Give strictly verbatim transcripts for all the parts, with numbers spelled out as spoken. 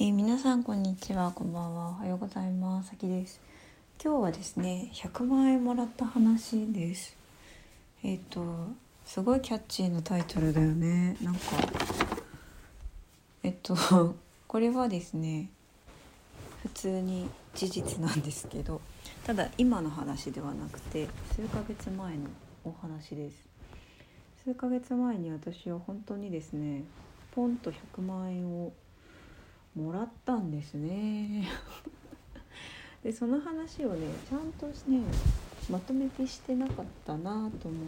えー、皆さんこんにちは、こんばんは、おはようございます。さきです。今日はですね、ひゃくまんえんもらった話です。えっ、ー、とすごいキャッチーなタイトルだよね。なんかえっとこれはですね、普通に事実なんですけど、ただ今の話ではなくて数ヶ月前のお話です。数ヶ月前に私は本当にですね、ポンとひゃくまんえんをもらったんですねでその話をね、ちゃんとねまとめてしてなかったなと思って、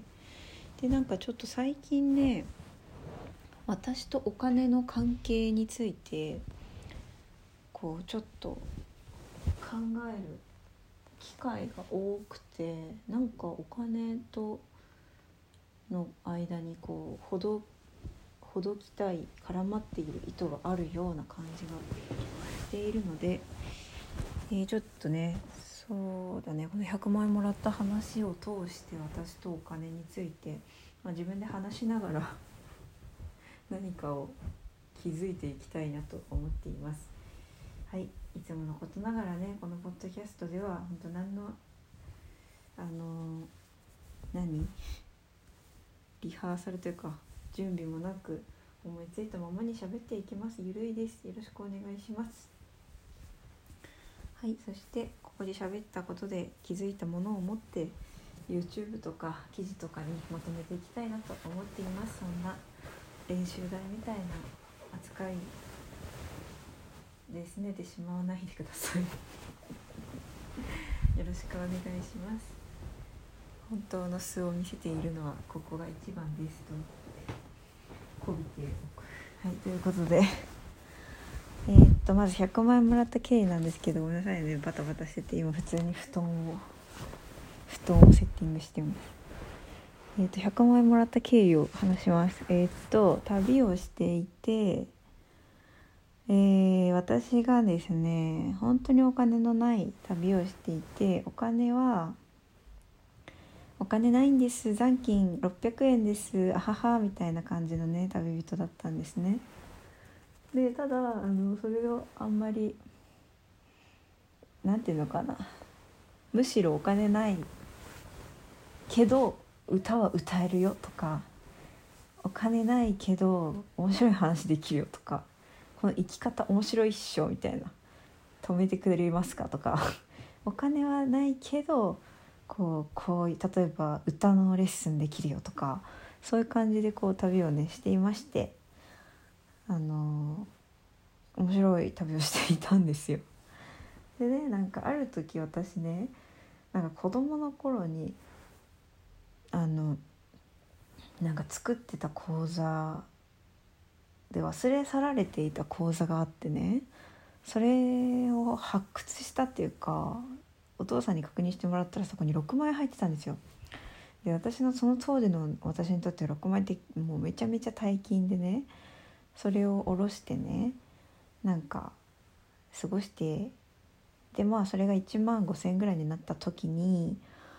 でなんかちょっと最近ね、私とお金の関係についてこうちょっと考える機会が多くて、なんかお金との間にこうほどほどきたい絡まっている意図があるような感じがしているので、えー、ちょっとね、そうだね、このひゃくまんえんもらった話を通して私とお金について、まあ、自分で話しながら何かを気づいていきたいなと思っています。はい、いつものことながらね、このポッドキャストでは本当何のあのー、何リハーサルというか準備もなく思いついたままに喋っていきます。ゆるいです。よろしくお願いします。はい、そしてここで喋ったことで気づいたものを持って YouTube とか記事とかにまとめていきたいなと思っています。そんな練習台みたいな扱いで拗ねてしまわないでくださいよろしくお願いします。本当の素を見せているのはここが一番ですとこびておく。はい、ということでえー、っとまずひゃくまんえんもらった経緯なんですけど、ごめんなさいね、バタバタしてて、今普通に布団を布団をセッティングしてます。えー、っとひゃくまんえんもらった経緯を話します。えー、っと旅をしていて、えー、私がですね、本当にお金のない旅をしていて、お金はお金ないんです、残金ろっぴゃくえんです、あははみたいな感じのね旅人だったんですね。でただあのそれをあんまりなんていうのかな、むしろお金ないけど歌は歌えるよとか、お金ないけど面白い話できるよとか、この生き方面白いっしょみたいな、止めてくれますかとかお金はないけどこうこう例えば歌のレッスンできるよとか、そういう感じでこう旅をねしていまして、あのー、面白い旅をしていたんですよ。でね、なんかある時私ね、なんか子供の頃にあのなんか作ってた講座で忘れ去られていた講座があってね、それを発掘したっていうか、お父さんに確認してもらったらそこにろくまんえん入ってたんですよ。で私のその当時の私にとってろくまんえんってもうめちゃめちゃ大金でね、それを下ろしてね、なんか過ごして、でまあそれがいちまんごせんえんぐらいになった時に、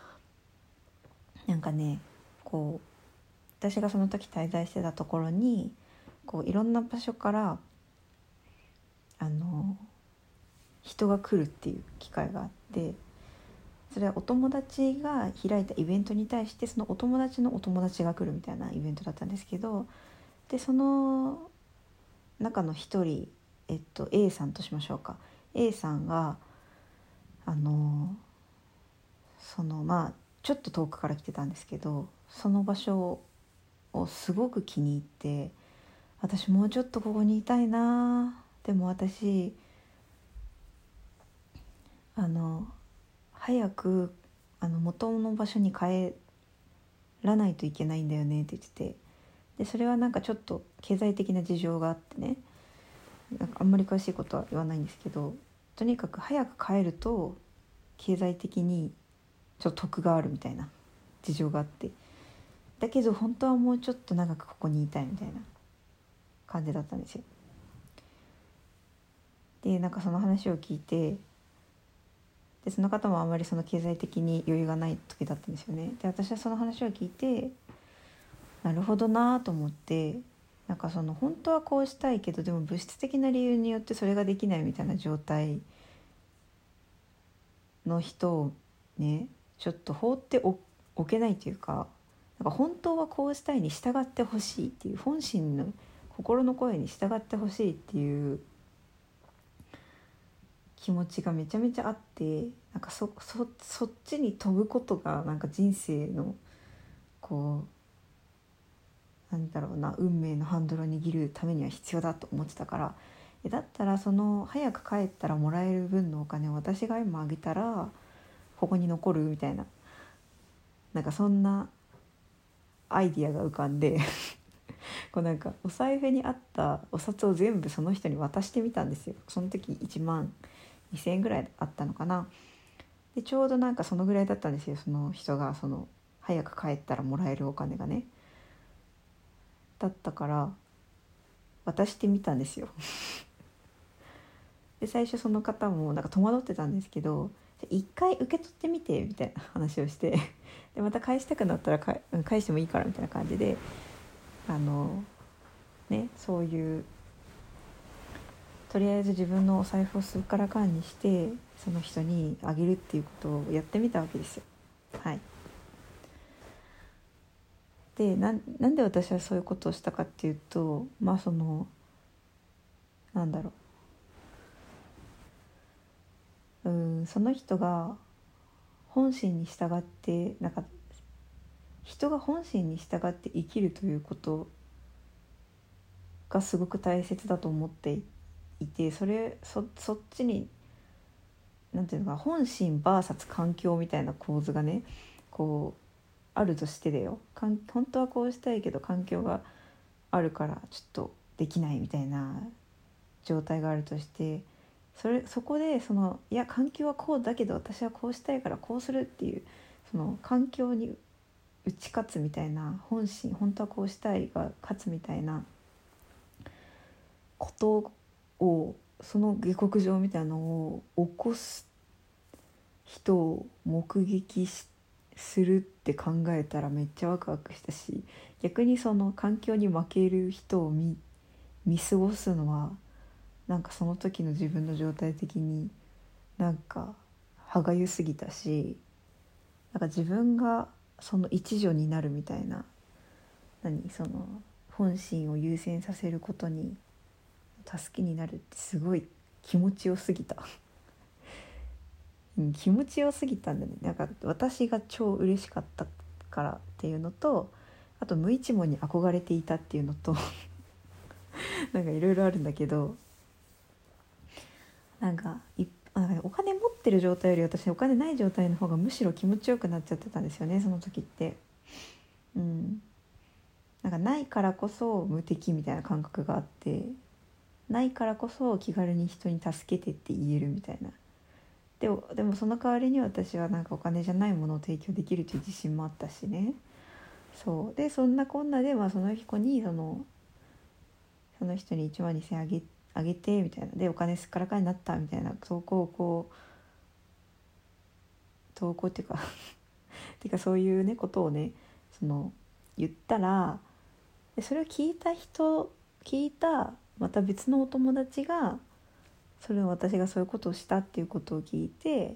なんかね、こう私がその時滞在してたところにこういろんな場所からあの人が来るっていう機会があって、それはお友達が開いたイベントに対してそのお友達のお友達が来るみたいなイベントだったんですけど、でその中の一人、えっと A さんとしましょうか。 A さんがあのそのまあちょっと遠くから来てたんですけど、その場所をすごく気に入って、私もうちょっとここにいたいな、でも私あの早くあの元の場所に帰らないといけないんだよねって言ってて、でそれはなんかちょっと経済的な事情があってね、なんかあんまり詳しいことは言わないんですけど、とにかく早く帰ると経済的にちょっと得があるみたいな事情があって、だけど本当はもうちょっと長くここにいたいみたいな感じだったんですよ。でなんかその話を聞いて、でその方もあまりその経済的に余裕がない時だったんですよね。で私はその話を聞いて、なるほどなと思って、 なんかその本当はこうしたいけどでも物質的な理由によってそれができないみたいな状態の人をねちょっと放ってお置けないというか、なんか本当はこうしたいに従ってほしいっていう本心の心の声に従ってほしいっていう気持ちがめちゃめちゃあって、なんか そ, そ, そっちに飛ぶことがなんか人生のこうなんだろうな運命のハンドルを握るためには必要だと思ってたから、だったらその早く帰ったらもらえる分のお金を私が今あげたらここに残るみたいな、なんかそんなアイディアが浮かんでこうなんかお財布にあったお札を全部その人に渡してみたんですよ。その時いちまんにせんえんぐらいあったのかな。でちょうどなんかそのぐらいだったんですよ、その人がその早く帰ったらもらえるお金がね。だったから渡してみたんですよで最初その方もなんか戸惑ってたんですけど、一回受け取ってみてみたいな話をしてでまた返したくなったら返返してもいいからみたいな感じで、あのねそういうとりあえず自分のお財布をすっからかんにしてその人にあげるっていうことをやってみたわけですよ。はい。で な, なんで私はそういうことをしたかっていうと、まあそのなんだろう、うんその人が本心に従ってなんか人が本心に従って生きるということがすごく大切だと思っていて、それ そ, そっちになんていうのか本心 ブイエス 環境みたいな構図がねこうあるとしてだよ、本当はこうしたいけど環境があるからちょっとできないみたいな状態があるとして、それそこでそのいや環境はこうだけど私はこうしたいからこうするっていうその環境に打ち勝つみたいな、本心本当はこうしたいが勝つみたいなことを、その下克上みたいなのを起こす人を目撃しするって考えたらめっちゃワクワクしたし、逆にその環境に負ける人を 見, 見過ごすのはなんかその時の自分の状態的になんか歯がゆすぎたし、なんか自分がその一助になるみたいな、何その本心を優先させることに助けになるってすごい気持ちよすぎたうん、気持ちよすぎたんだね。なんか私が超嬉しかったからっていうのと、あと無一文に憧れていたっていうのとなんかいろいろあるんだけど、なんかいなんかお金持ってる状態より私お金ない状態の方がむしろ気持ちよくなっちゃってたんですよね、その時って。うん、なんかないからこそ無敵みたいな感覚があって、ないからこそ気軽に人に助けてって言えるみたいな。でも、でもその代わりに私はなんかお金じゃないものを提供できるという自信もあったしね。そうでそんなこんなで、まあ、その子にそのその人にいちまんにせんえんあげあげてみたいなでお金すっからかになったみたいな投稿をこう投稿っていうかっていうかそういうねことをねその言ったら、でそれを聞いた人聞いたまた別のお友達がそれを私がそういうことをしたっていうことを聞いて、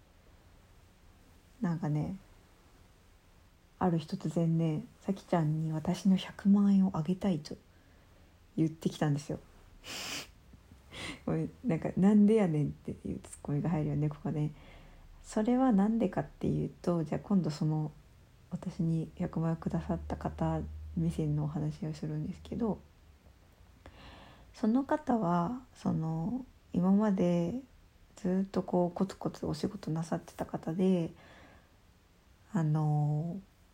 なんかねある日突然ねさきちゃんに私のひゃくまんえんをあげたいと言ってきたんですよこれなんかなんでやねんっていうツッコミが入るよねここね。それはなんでかっていうと、じゃあ今度その私にひゃくまん円くださった方目線のお話をするんですけど、その方はその今までずっとこうコツコツお仕事なさってた方で、あの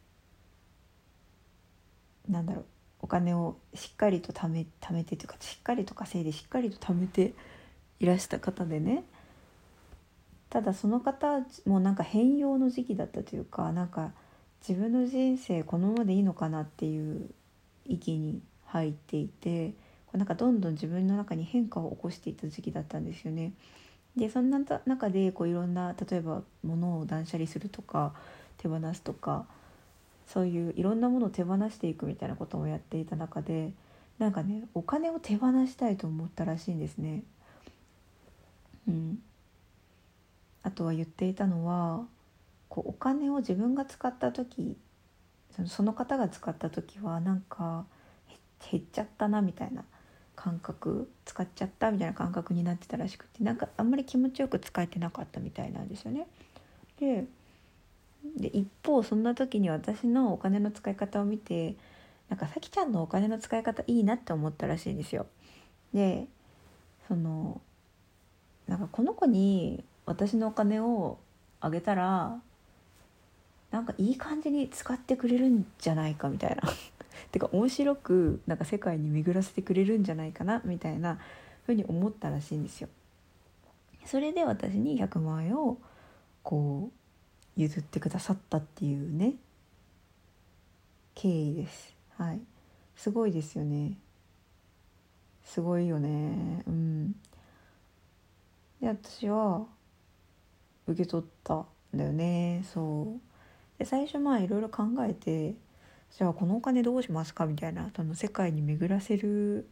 なんだろうお金をしっかりと貯め、貯めてというかしっかりと稼いでしっかりと貯めていらした方でね、ただその方もなんか変容の時期だったというか、なんか自分の人生このままでいいのかなっていう域に入っていて、なんかどんどん自分の中に変化を起こしていった時期だったんですよね。でそんな中でこういろんな例えば物を断捨離するとか手放すとかそういういろんなものを手放していくみたいなこともやっていた中で、 なんかねお金を手放したいと思ったらしいんですね。うん、あとは言っていたのはこうお金を自分が使った時そのその方が使った時はなんか減っちゃったなみたいな感覚使っちゃったみたいな感覚になってたらしくてなんかあんまり気持ちよく使えてなかったみたいなんですよね。でで一方そんな時に私のお金の使い方を見てなんかさきちゃんのお金の使い方いいなって思ったらしいんですよ。でそのなんかこの子に私のお金をあげたらなんかいい感じに使ってくれるんじゃないかみたいなてか面白くなんか世界に巡らせてくれるんじゃないかなみたいなふうに思ったらしいんですよ。それで私にひゃくまん円をこう譲ってくださったっていうね経緯です。はい、すごいですよね。すごいよね。うん。で私は受け取ったんだよね。そうで最初まあいろいろ考えてじゃあこのお金どうしますかみたいなその世界に巡らせる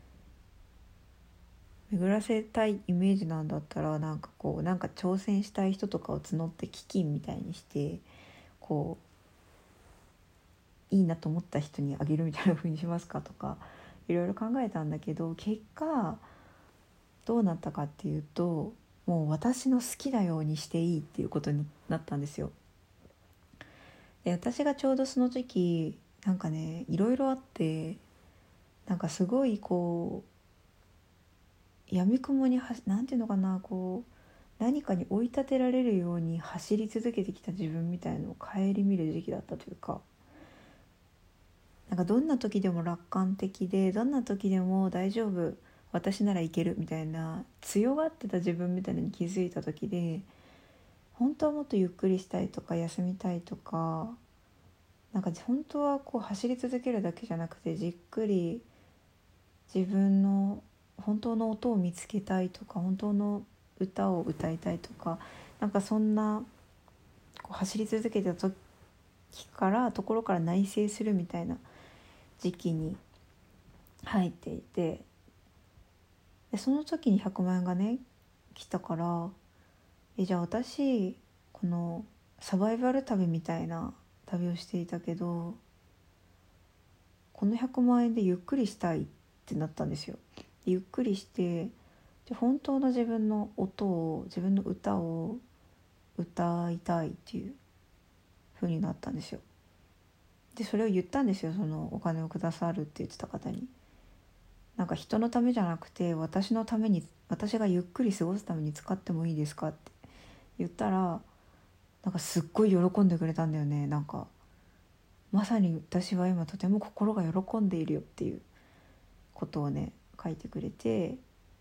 巡らせたいイメージなんだったらなんかこうなんか挑戦したい人とかを募って基金みたいにしてこういいなと思った人にあげるみたいな風にしますかとかいろいろ考えたんだけど結果どうなったかっていうともう私の好きなようにしていいっていうことになったんですよ。で私がちょうどその時なんかねいろいろあってなんかすごいこう闇雲にはなんていうのかなこう何かに追い立てられるように走り続けてきた自分みたいのを顧みる時期だったというかなんかどんな時でも楽観的でどんな時でも大丈夫私ならいけるみたいな強がってた自分みたいなのに気づいた時で本当はもっとゆっくりしたいとか休みたいとかなんか本当はこう走り続けるだけじゃなくてじっくり自分の本当の音を見つけたいとか本当の歌を歌いたいとかなんかそんなこう走り続けた時からところから内省するみたいな時期に入っていてでその時にひゃくまん円がね来たからえじゃあ私このサバイバル旅みたいな旅をしていたけどこのひゃくまん円でゆっくりしたいってなったんですよ。ゆっくりしてで本当の自分の音を自分の歌を歌いたいっていう風になったんですよ。でそれを言ったんですよそのお金をくださるって言ってた方に。なんか人のためじゃなくて私のために私がゆっくり過ごすために使ってもいいですかって言ったらなんかすっごい喜んでくれたんだよね。なんかまさに私は今とても心が喜んでいるよっていうことをね書いてくれて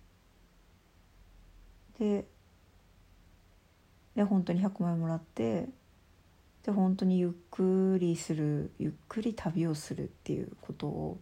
でで本当にひゃくまん円もらってで本当にゆっくりするゆっくり旅をするっていうことを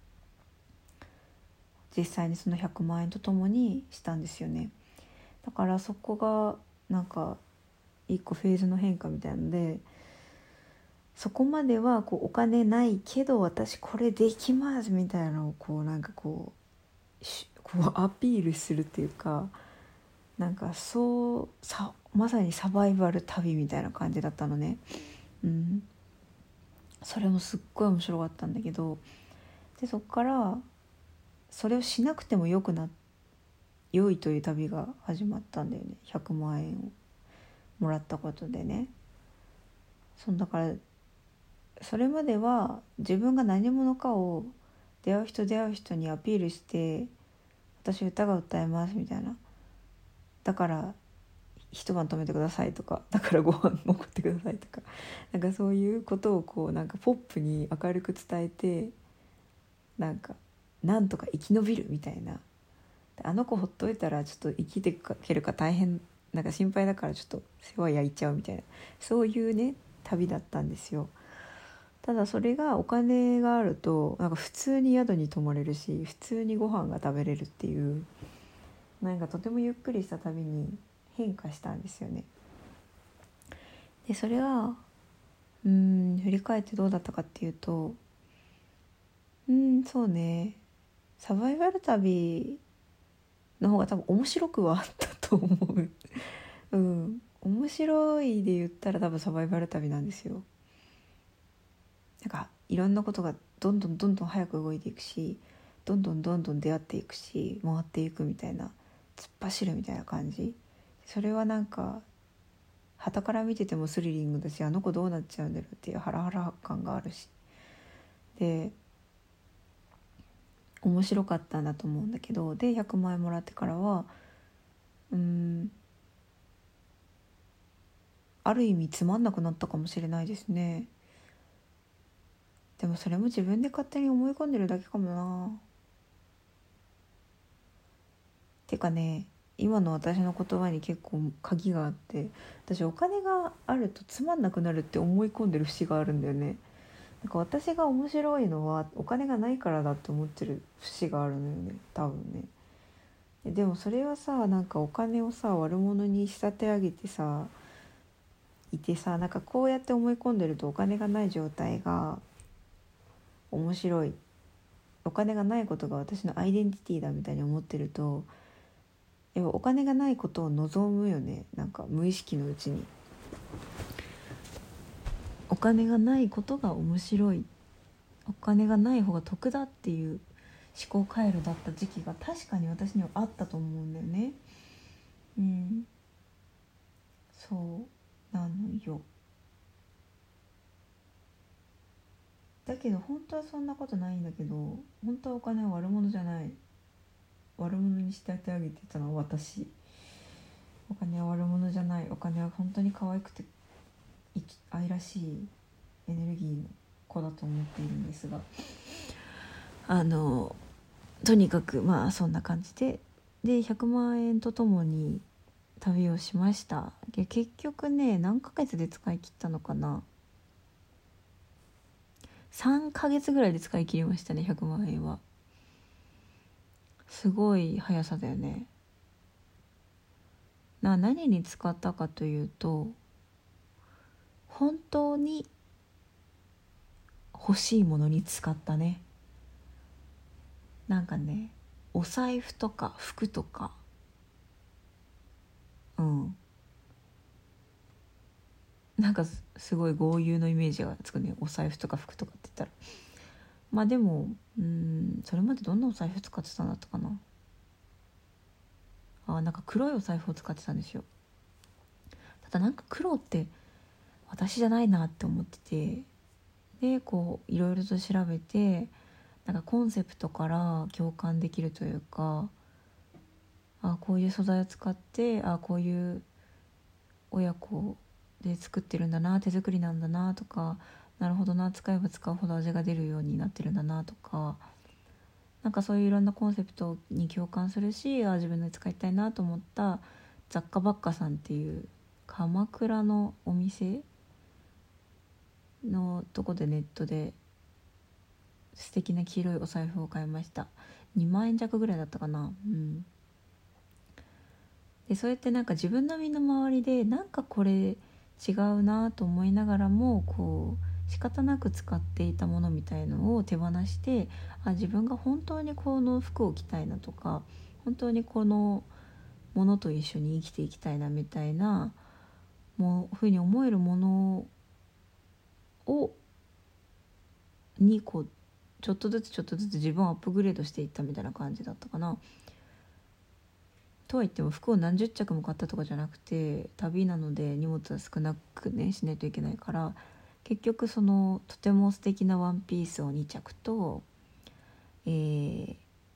実際にそのひゃくまん円とともにしたんですよね。だからそこがなんか一個フェーズの変化みたいなのでそこまではこうお金ないけど私これできますみたいなのをこうなんかこうこうアピールするっていうかなんかそうさまさにサバイバル旅みたいな感じだったのね。うん、それもすっごい面白かったんだけどでそっからそれをしなくてもよくな良いという旅が始まったんだよね。ひゃくまん円をもらったことでね。そんだからそれまでは自分が何者かを出会う人出会う人にアピールして私歌が歌えますみたいなだから一晩泊めてくださいとかだからご飯送ってくださいとかなんかそういうことをこうなんかポップに明るく伝えてなんかなんとか生き延びるみたいなあの子ほっといたらちょっと生きていけるか大変なんか心配だからちょっと世話焼いちゃうみたいなそういうね旅だったんですよ。ただそれがお金があるとなんか普通に宿に泊まれるし普通にご飯が食べれるっていうなんかとてもゆっくりした旅に変化したんですよね。でそれはうーん振り返ってどうだったかっていうとうーんそうねサバイバル旅の方が多分面白くはあったと思ううん面白いで言ったら多分サバイバル旅なんですよ。なんかいろんなことがどんどんどんどん早く動いていくし、どんどんどんどん出会っていくし、回っていくみたいな、突っ走るみたいな感じ。それはなんか傍から見ててもスリリングだし、あの子どうなっちゃうんだろうっていうハラハラ感があるし、で面白かったんだと思うんだけど、でひゃくまん円もらってからはうーんある意味つまんなくなったかもしれないですね。でもそれも自分で勝手に思い込んでるだけかもな。てかね、今の私の言葉に結構鍵があって、私お金があるとつまんなくなるって思い込んでる節があるんだよね。なんか私が面白いのはお金がないからだって思ってる節があるのよね、多分ね。でもそれはさ、なんかお金をさ悪者に仕立て上げてさいてさ、なんかこうやって思い込んでるとお金がない状態が面白い、お金がないことが私のアイデンティティだみたいに思ってると、やっぱお金がないことを望むよね。なんか無意識のうちにお金がないことが面白い、お金がない方が得だっていう思考回路だった時期が確かに私にはあったと思うんだよね。うんそうなのよ。だけど本当はそんなことないんだけど、本当はお金は悪者じゃない、悪者にしてあげてたのは私。お金は悪者じゃない、お金は本当に可愛くて愛らしいエネルギーの子だと思っているんですが、あのとにかくまあそんな感じででひゃくまん円とともに旅をしました。で結局ね、何ヶ月で使い切ったのかな、さんかげつぐらいで使い切りましたね。ひゃくまん円はすごい速さだよね。な何に使ったかというと、本当に欲しいものに使ったね。なんかね、お財布とか服とか、うんなんかすごい豪遊のイメージがつくね、お財布とか服とかって言ったら。まあでもうんそれまでどんなお財布使ってたんだったかな。あ、なんか黒いお財布を使ってたんですよ。ただなんか黒って私じゃないなって思ってて、でこういろいろと調べて、なんかコンセプトから共感できるというか、あこういう素材を使って、あこういう親子で作ってるんだな、手作りなんだなとか、なるほどな、使えば使うほど味が出るようになってるんだなとか、なんかそういういろんなコンセプトに共感するし、あ自分で使いたいなと思った雑貨ばっかさんっていう鎌倉のお店のとこでネットで素敵な黄色いお財布を買いました。にまん円弱ぐらいだったかな。うんでそうやってなんか自分の身の回りでなんかこれ違うなと思いながらも、こう仕方なく使っていたものみたいのを手放して、あ自分が本当にこの服を着たいなとか、本当にこのものと一緒に生きていきたいなみたいなもうふうに思えるものをにこうちょっとずつちょっとずつ自分をアップグレードしていったみたいな感じだったかな。とは言っても服を何十着も買ったとかじゃなくて、旅なので荷物は少なくねしないといけないから、結局そのとても素敵なワンピースをに着と、えー、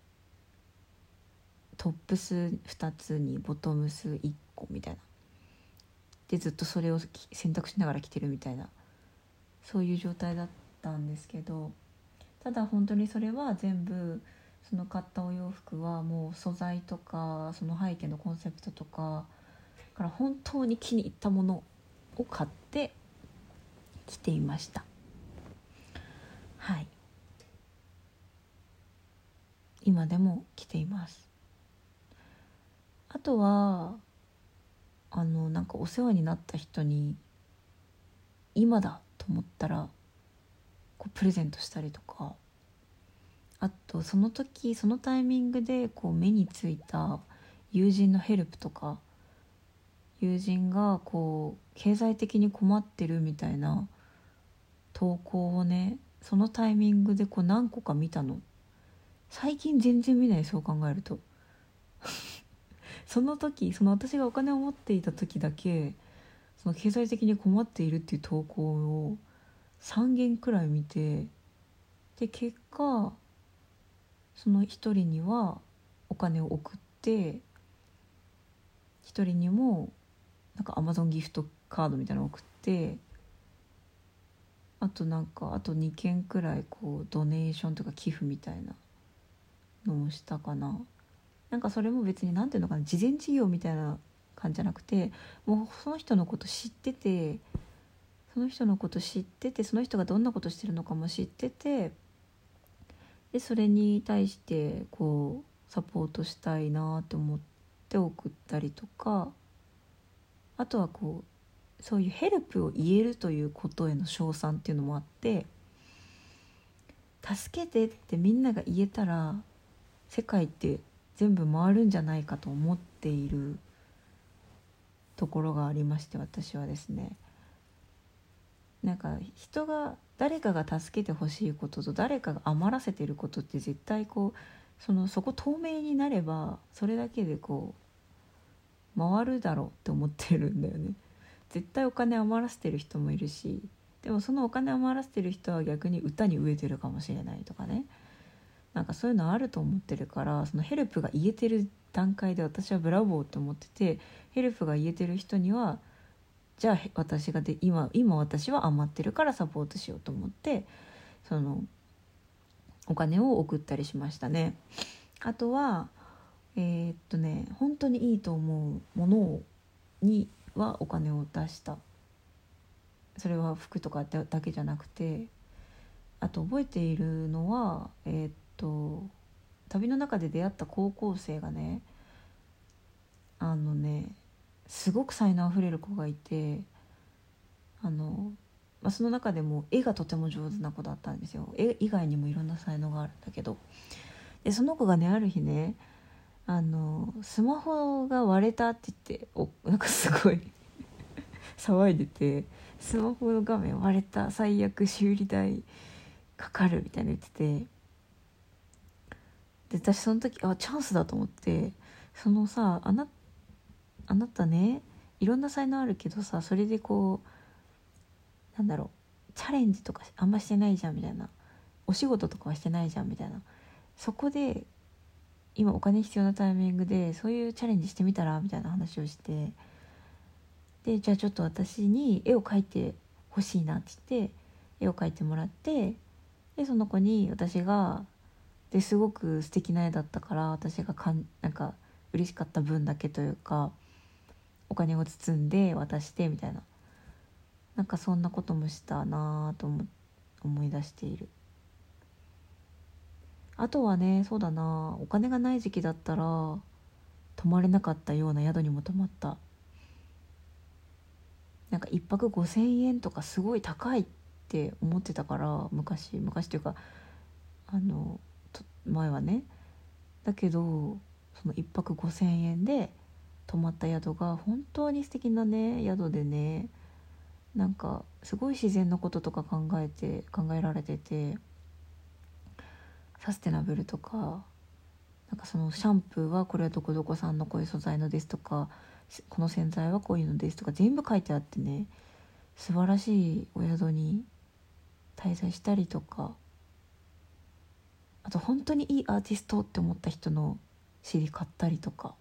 トップスふたつにボトムスいっこみたいなで、ずっとそれを選択しながら着てるみたいな、そういう状態だったんですけど、ただ本当にそれは全部その買ったお洋服はもう素材とかその背景のコンセプトとかから本当に気に入ったものを買って着ていました。はい、今でも着ています。あとはあのなんかお世話になった人に今だと思ったらこうプレゼントしたりとか、 あとその時そのタイミングでこう目についた友人のヘルプとか、友人がこう経済的に困ってるみたいな投稿をね、そのタイミングでこう何個か見たの。最近全然見ない、そう考えるとその時、その私がお金を持っていた時だけ、その経済的に困っているっていう投稿をさんげんくらい見て、で結果その一人にはお金を送って、一人にもなんか Amazon ギフトカードみたいなのを送って、あとなんかあとにけんくらいこうドネーションとか寄付みたいなのをしたかな。なんかそれも別になんていうのかな、慈善事業みたいな感じじゃなくて、もうその人のこと知っててその人のこと知っててその人がどんなことしてるのかも知ってて、でそれに対してこうサポートしたいなって思って送ったりとか、あとはこうそういうヘルプを言えるということへの称賛っていうのもあって、助けてってみんなが言えたら世界って全部回るんじゃないかと思っているところがありまして、私はですね、なんか人が誰かが助けてほしいことと誰かが余らせてることって絶対こうそのそこ透明になればそれだけでこう回るだろうって思ってるんだよね。絶対お金余らせてる人もいるし、でもそのお金余らせてる人は逆に歌に飢えてるかもしれないとかね、なんかそういうのあると思ってるから、そのヘルプが言えてる段階で私はブラボーって思ってて、ヘルプが言えてる人にはじゃあ私がで 今, 今私は余ってるからサポートしようと思ってそのお金を送ったりしましたね。あとはえー、っとね本当にいいと思うものにはお金を出した。それは服とかだけじゃなくて、あと覚えているのはえー、っと旅の中で出会った高校生がね、あのねすごく才能あふれる子がいて、あの、まあ、その中でも絵がとても上手な子だったんですよ。絵以外にもいろんな才能があるんだけど、でその子がねある日ね、あのスマホが割れたって言っておなんかすごい騒いでて、スマホの画面割れた、最悪修理代かかるみたいな言ってて、で私その時あチャンスだと思って、そのさあなあなたねいろんな才能あるけどさ、それでこうなんだろうチャレンジとかあんましてないじゃんみたいな、お仕事とかはしてないじゃんみたいな、そこで今お金必要なタイミングでそういうチャレンジしてみたらみたいな話をして、でじゃあちょっと私に絵を描いてほしいなって言って絵を描いてもらって、でその子に私がですごく素敵な絵だったから私がかんなんか嬉しかった分だけというかお金を包んで渡してみたいな、なんかそんなこともしたなと思思い出している。あとはね、そうだな、お金がない時期だったら泊まれなかったような宿にも泊まった。なんか一泊ごせんえんとかすごい高いって思ってたから、昔昔というかあの前はね、だけどその一泊ごせんえんで泊まった宿が本当に素敵なね宿でね、なんかすごい自然のこととか考えて考えられてて、サステナブルとか、なんかそのシャンプーはこれはどこどこさんのこういう素材のですとか、この洗剤はこういうのですとか全部書いてあってね、素晴らしいお宿に滞在したりとか、あと本当にいいアーティストって思った人の シーディー 買ったりとか、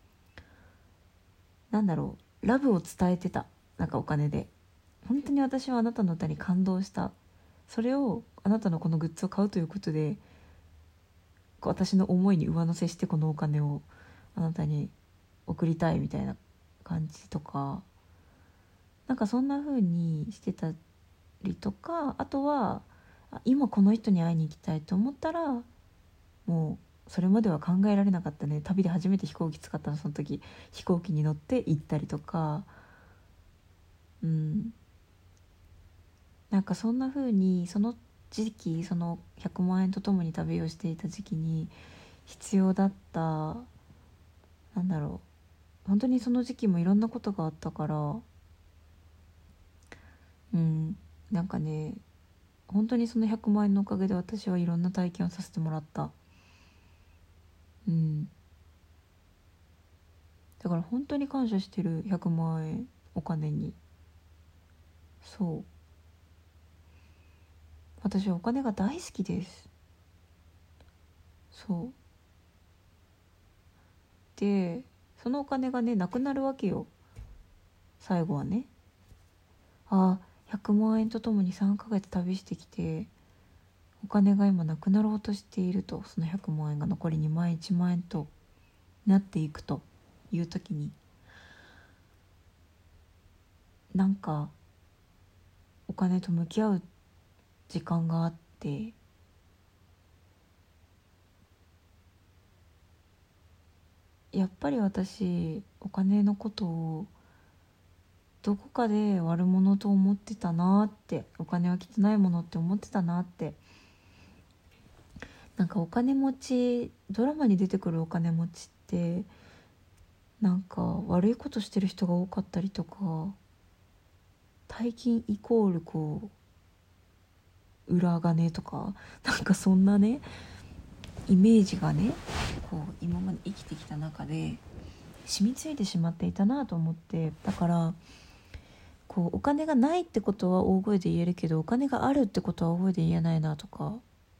なんだろうラブを伝えてた、なんかお金で。本当に私はあなたの歌に感動した、それをあなたのこのグッズを買うということで私の思いに上乗せしてこのお金をあなたに送りたいみたいな感じとか、なんかそんな風にしてたりとか、あとは今この人に会いに行きたいと思ったらもうそれまでは考えられなかったね、旅で初めて飛行機使ったのその時、飛行機に乗って行ったりとか、うんなんかそんな風にその時期、そのひゃくまんえんとともに旅をしていた時期に必要だった、なんだろう、本当にその時期もいろんなことがあったから、うんなんかね、本当にそのひゃくまん円のおかげで私はいろんな体験をさせてもらった。うんだから本当に感謝してる、ひゃくまんえんお金に。そう私はお金が大好きです。そうでそのお金がねなくなるわけよ、最後はね。あひゃくまん円とともにさんかげつ旅してきて、お金が今なくなろうとしていると、そのひゃくまん円が残りにまん円いちまん円となっていくという時に、なんかお金と向き合う時間があって、やっぱり私お金のことをどこかで悪者と思ってたなって、お金は汚いものって思ってたなって。なんかお金持ち、ドラマに出てくるお金持ちってなんか悪いことしてる人が多かったりとか、大金イコールこう裏金とか、なんかそんなねイメージがね、こう今まで生きてきた中で染みついてしまっていたなと思って。だからこうお金がないってことは大声で言えるけど、お金があるってことは大声で言えないなとか、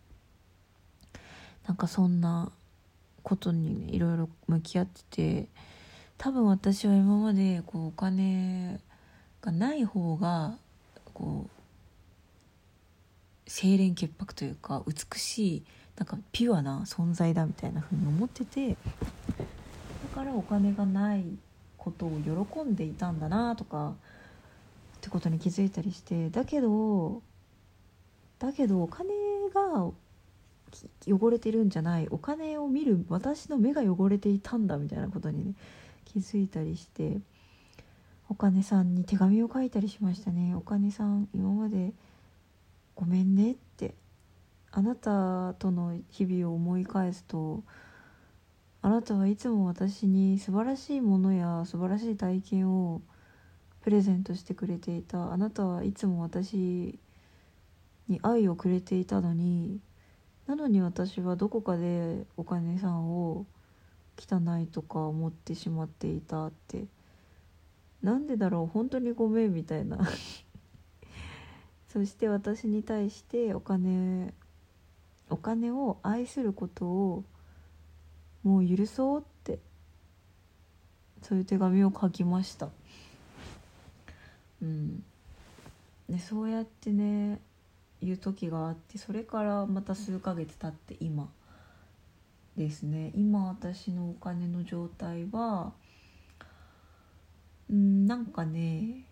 なんかそんなことにねいろいろ向き合ってて、多分私は今までこうお金がない方がこう清廉潔白というか美しい、なんかピュアな存在だみたいな風に思ってて、だからお金がないことを喜んでいたんだなとかってことに気づいたりして、だけどだけどお金が汚れてるんじゃない、お金を見る私の目が汚れていたんだみたいなことにね気づいたりして、お金さんに手紙を書いたりしましたね。お金さん、今までごめんねって、あなたとの日々を思い返すと、あなたはいつも私に素晴らしいものや素晴らしい体験をプレゼントしてくれていた。あなたはいつも私に愛をくれていたのに、なのに私はどこかでお金さんを汚いとか思ってしまっていたって、なんでだろう、本当にごめんみたいなそして私に対してお金お金を愛することをもう許そうって、そういう手紙を書きました。うんでそうやってねいう時があって、それからまた数ヶ月経って今ですね。今私のお金の状態はうんなんかね、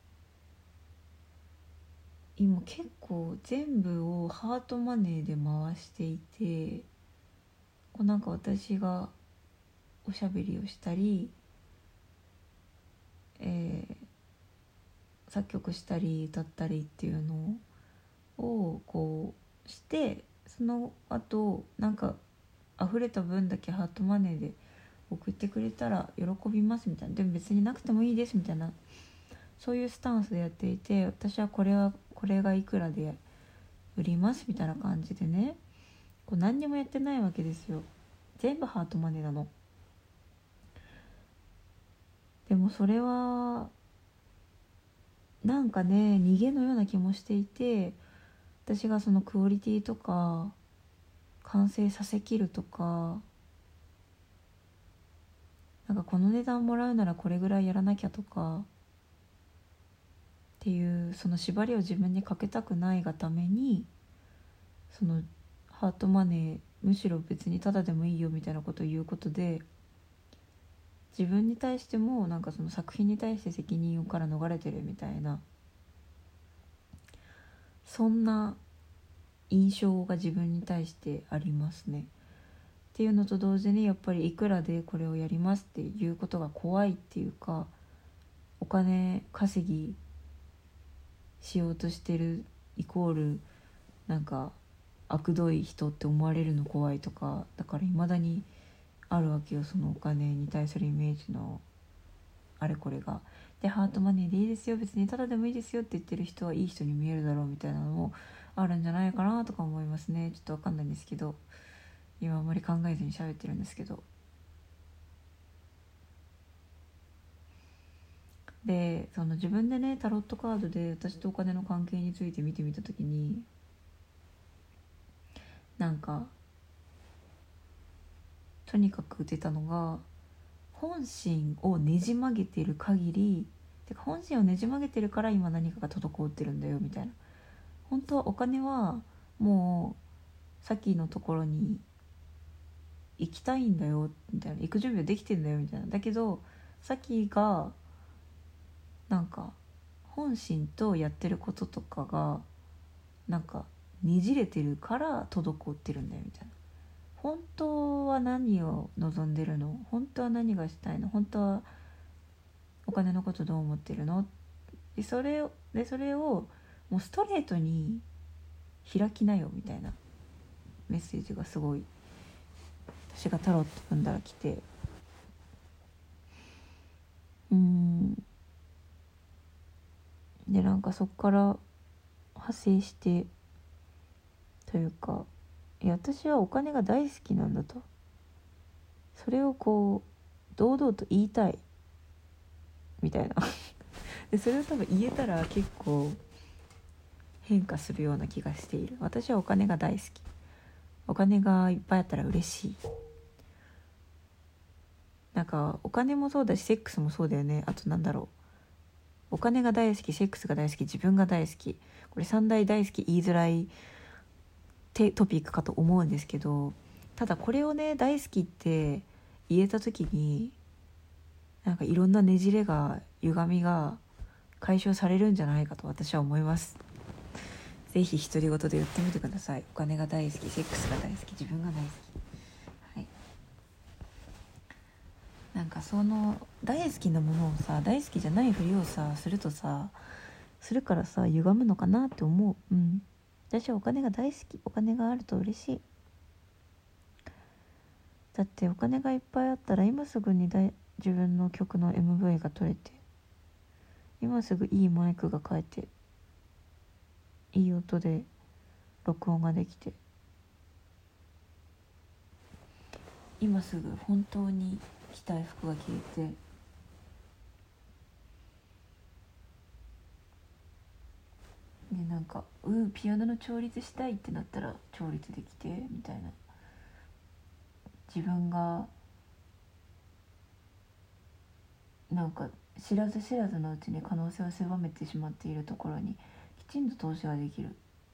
今結構全部をハートマネーで回していて、こうなんか私がおしゃべりをしたり、えー、作曲したり歌ったりっていうのをこうして、その後なんか溢れた分だけハートマネーで送ってくれたら喜びますみたいな、でも別になくてもいいですみたいな、そういうスタンスでやっていて、私はこれはこれがいくらで売りますみたいな感じでね、こう何にもやってないわけですよ。全部ハートマネーなの。でもそれはなんかね逃げのような気もしていて、私がそのクオリティとか完成させきるとか、なんかこの値段もらうならこれぐらいやらなきゃとかっていう、その縛りを自分にかけたくないがために、そのハートマネーむしろ別にタダでもいいよみたいなことを言うことで、自分に対してもなんかその作品に対して責任から逃れてるみたいな、そんな印象が自分に対してありますね。っていうのと同時に、やっぱりいくらでこれをやりますっていうことが怖いっていうか、お金稼ぎしようとしてるイコールなんか悪どい人って思われるの怖いとか、だから未だにあるわけよ、そのお金に対するイメージのあれこれが。でハートマネーでいいですよ、別にただでもいいですよって言ってる人はいい人に見えるだろうみたいなのもあるんじゃないかなとか思いますね。ちょっとわかんないんですけど、今あまり考えずに喋ってるんですけど。でその自分でねタロットカードで私とお金の関係について見てみたときに、なんかとにかく出たのが、本心をねじ曲げてる限り、てか本心をねじ曲げてるから今何かが滞ってるんだよみたいな。本当はお金はもうさっきのところに行きたいんだよみたいな、行く準備はできてんだよみたいな。だけどさっきがなんか本心とやってることとかがなんかねじれてるから滞ってるんだよみたいな。本当は何を望んでるの、本当は何がしたいの、本当はお金のことどう思ってるの、でそれをでそれをもうストレートに開きなよみたいなメッセージがすごい私がタロット読んだら来て、うーんでなんかそこから派生してというか、いや私はお金が大好きなんだと、それをこう堂々と言いたいみたいなでそれを多分言えたら結構変化するような気がしている。私はお金が大好き、お金がいっぱいあったら嬉しい。なんかお金もそうだしセックスもそうだよね。あとなんだろう、お金が大好き、セックスが大好き、自分が大好き、これ三大大好き言いづらいトピックかと思うんですけど、ただこれをね大好きって言えた時になんかいろんなねじれが歪みが解消されるんじゃないかと私は思います。ぜひ独り言で言ってみてください。お金が大好き、セックスが大好き、自分が大好き。はい。なんかその大好きなものをさ、大好きじゃないふりをさするとさ、するからさ歪むのかなって思う。うん。私はお金が大好き、お金があると嬉しい。だってお金がいっぱいあったら今すぐに自分の曲の エムブイ が取れて、今すぐいいマイクが買えて、いい音で録音ができて、今すぐ本当に着たい服が着れて、ね、なんかうんピアノの調律したいってなったら調律できてみたいな。自分がなんか知らず知らずのうちに可能性を狭めてしまっているところにきちんと投資ができる。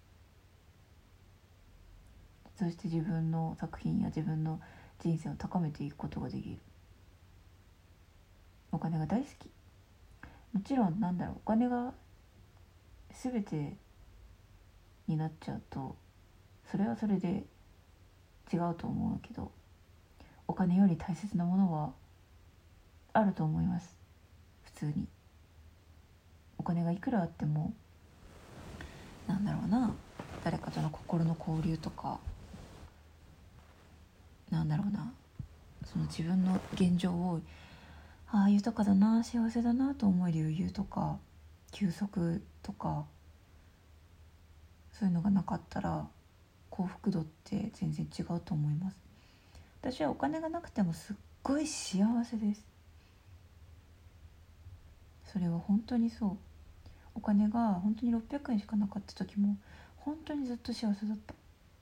そして自分の作品や自分の人生を高めていくことができる。お金が大好き。もちろんなんだろう、お金が全てになっちゃうとそれはそれで違うと思うけど、お金より大切なものはあると思います。普通にお金がいくらあってもなんだろうな、誰かとの心の交流とか、なんだろうな、その自分の現状をああ豊かだな幸せだなと思える余裕とか休息とかそういうのがなかったら幸福度って全然違うと思います。私はお金がなくてもすっごい幸せです。それは本当にそう。お金が本当にろっぴゃくえんしかなかった時も本当にずっと幸せだった。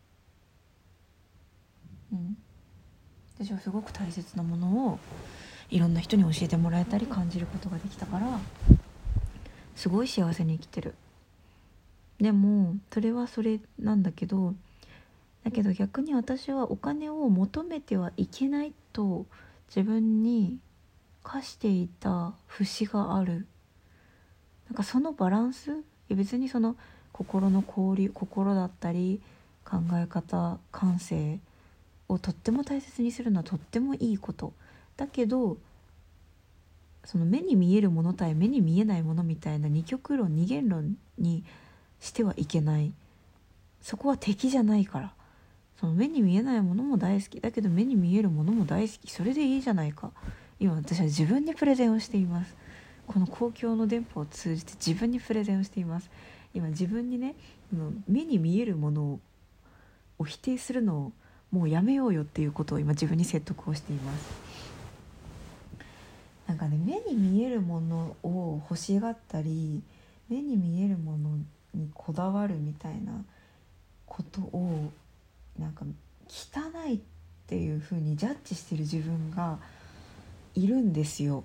うん。私はすごく大切なものをいろんな人に教えてもらえたり感じることができたからすごい幸せに生きてる。でもそれはそれなんだけどだけど逆に私はお金を求めてはいけないと自分に課していた節がある。なんかそのバランス、いや別にその心の交流、心だったり考え方、感性をとっても大切にするのはとってもいいことだけど、その目に見えるもの対目に見えないものみたいな二極論二元論にしてはいけない。 そこは敵じゃないから。その目に見えないものも大好きだけど目に見えるものも大好き、それでいいじゃないか。今私は自分にプレゼンをしています。この公共の電波を通じて自分にプレゼンをしています。今自分にね、目に見えるものを否定するのをもうやめようよっていうことを今自分に説得をしています。なんかね、目に見えるものを欲しがったり目に見えるものにこだわるみたいなことをなんか汚いっていう風にジャッジしてる自分がいるんですよ。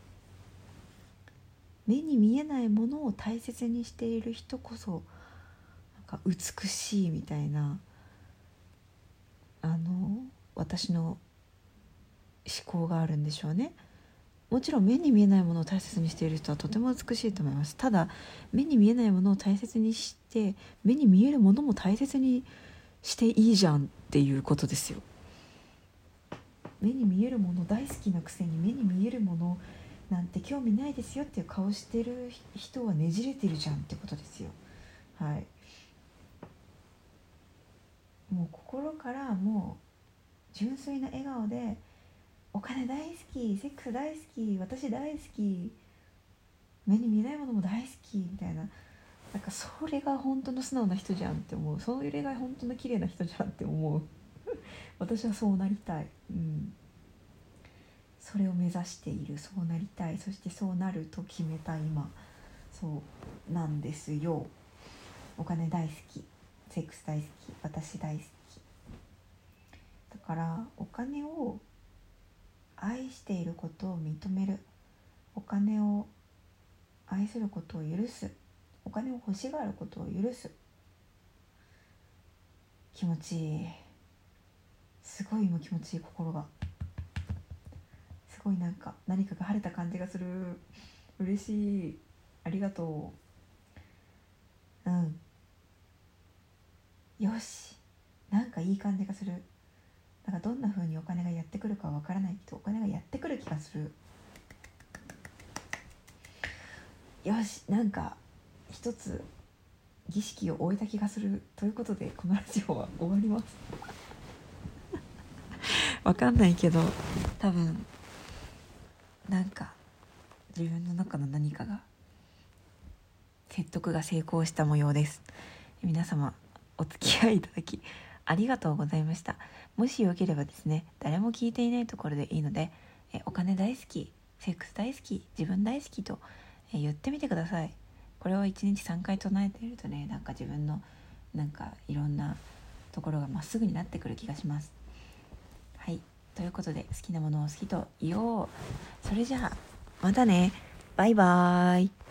目に見えないものを大切にしている人こそなんか美しいみたいな、あの私の思考があるんでしょうね。もちろん目に見えないものを大切にしている人はとても美しいと思います。ただ目に見えないものを大切にして目に見えるものも大切にしていいじゃんっていうことですよ。目に見えるもの大好きなくせに目に見えるものなんて興味ないですよっていう顔してる人はねじれてるじゃんってことですよ。はい。もう心からもう純粋な笑顔でお金大好き、セックス大好き、私大好き、目に見えないものも大好きみたいな、なんかそれが本当の素直な人じゃんって思う。それが本当の綺麗な人じゃんって思う私はそうなりたい、うん、それを目指している。そうなりたい、そしてそうなると決めた今そうなんですよ。お金大好き、セックス大好き、私大好きだから、お金を愛していることを認める、お金を愛することを許す、お金を欲しがることを許す。気持ちいい、すごい今気持ちいい。心がすごい、なんか何かが晴れた感じがする。嬉しい、ありがとう。うんよし、なんかいい感じがする。なんかどんな風にお金がやってくるかわからないけどお金がやってくる気がする。よし、なんか一つ儀式を終えた気がする。ということでこのラジオは終わりますわかんないけど多分なんか自分の中の何かが説得が成功した模様です。皆様お付き合いいただきありがとうございました。もしよければですね、誰も聞いていないところでいいので、えお金大好き、セックス大好き、自分大好きとえ言ってみてください。これをいちにちさんかい唱えているとね、なんか自分のなんかいろんなところがまっすぐになってくる気がします。はい、ということで好きなものを好きと言おう。それじゃあまたね、バイバーイ。